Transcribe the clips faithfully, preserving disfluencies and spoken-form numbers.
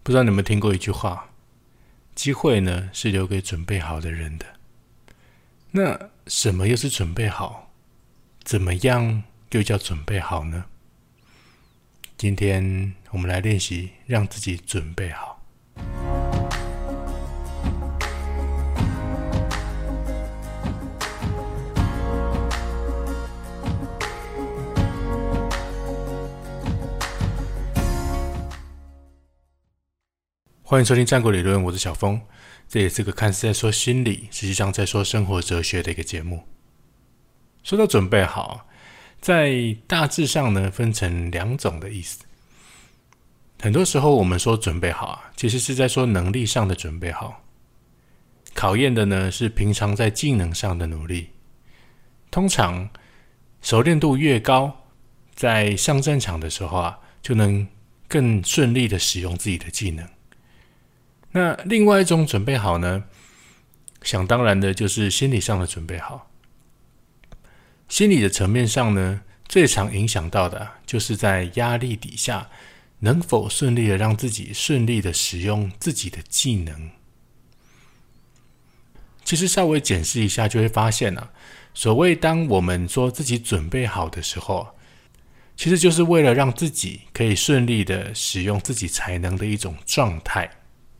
不知道你有没有听过一句话，机会呢是留给准备好的人的。那什么又是准备好？怎么样又叫准备好呢？今天我们来练习让自己准备好。欢迎收听战国理论，我是小峰。这也是个看似在说心理，实际上在说生活哲学的一个节目。说到准备好，在大致上呢，分成两种的意思。很多时候我们说准备好啊，其实是在说能力上的准备好。考验的呢是平常在技能上的努力。通常熟练度越高，在上战场的时候啊，就能更顺利的使用自己的技能。那另外一种准备好呢，想当然的就是心理上的准备好。心理的层面上呢，最常影响到的、啊、就是在压力底下能否顺利的让自己顺利的使用自己的技能。其实稍微检视一下就会发现啊，所谓当我们说自己准备好的时候，其实就是为了让自己可以顺利的使用自己才能的一种状态。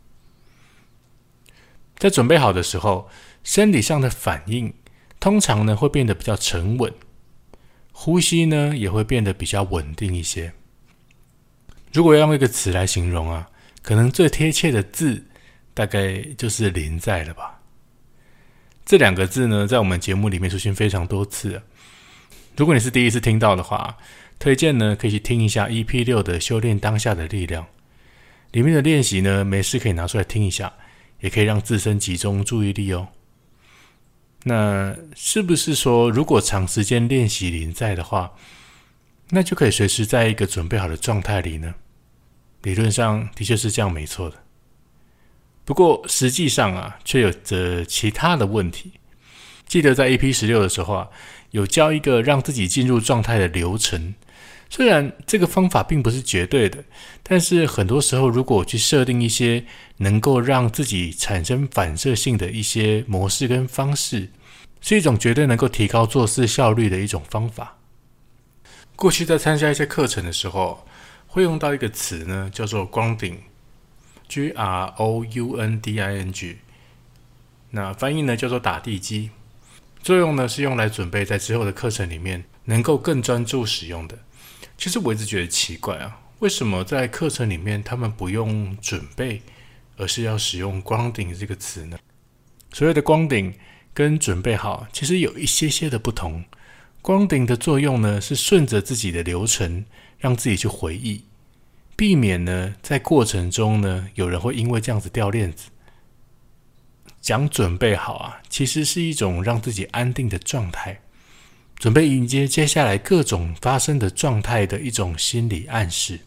在准备好的时候，生理上的反应通常呢会变得比较沉稳，呼吸呢也会变得比较稳定一些。如果要用一个词来形容啊，可能最贴切的字大概就是临在了吧。这两个字呢，在我们节目里面出现非常多次了。如果你是第一次听到的话，推荐呢可以去听一下 E P 六 的修炼当下的力量，里面的练习呢没事可以拿出来听一下，也可以让自身集中注意力哦。那是不是说如果长时间练习临在的话，那就可以随时在一个准备好的状态里呢？理论上的确是这样没错的。不过实际上啊，却有着其他的问题。记得在 E P 十六 的时候啊，有教一个让自己进入状态的流程。虽然这个方法并不是绝对的，但是很多时候如果我去设定一些能够让自己产生反射性的一些模式跟方式，是一种绝对能够提高做事效率的一种方法。过去在参加一些课程的时候，会用到一个词呢，叫做 grounding， G R O U N D I N G， 那翻译呢叫做打地基。作用呢是用来准备在之后的课程里面能够更专注使用的。其实我一直觉得奇怪啊，为什么在课程里面他们不用准备，而是要使用 grounding 这个词呢？所谓的 grounding 跟准备好其实有一些些的不同。grounding 的作用呢是顺着自己的流程，让自己去回忆，避免呢在过程中呢有人会因为这样子掉链子。讲准备好啊，其实是一种让自己安定的状态，准备迎接接下来各种发生的状态的一种心理暗示。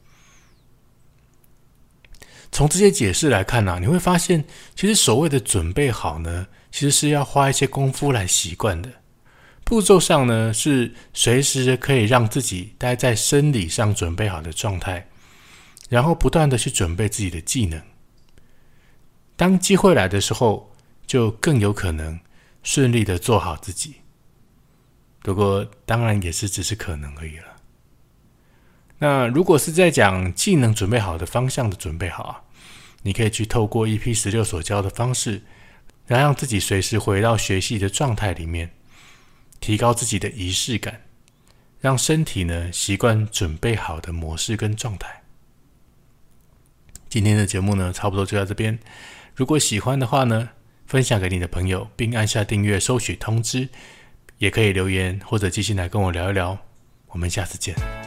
从这些解释来看啊，你会发现其实所谓的准备好呢，其实是要花一些功夫来习惯的。步骤上呢，是随时可以让自己待在生理上准备好的状态，然后不断的去准备自己的技能。当机会来的时候，就更有可能顺利的做好自己。不过当然也是只是可能而已了。那如果是在讲技能准备好的方向的准备好啊，你可以去透过 E P 十六 所教的方式，来让自己随时回到学习的状态里面，提高自己的仪式感，让身体呢习惯准备好的模式跟状态。今天的节目呢差不多就到这边，如果喜欢的话呢，分享给你的朋友，并按下订阅收取通知，也可以留言或者寄信来跟我聊一聊。我们下次见。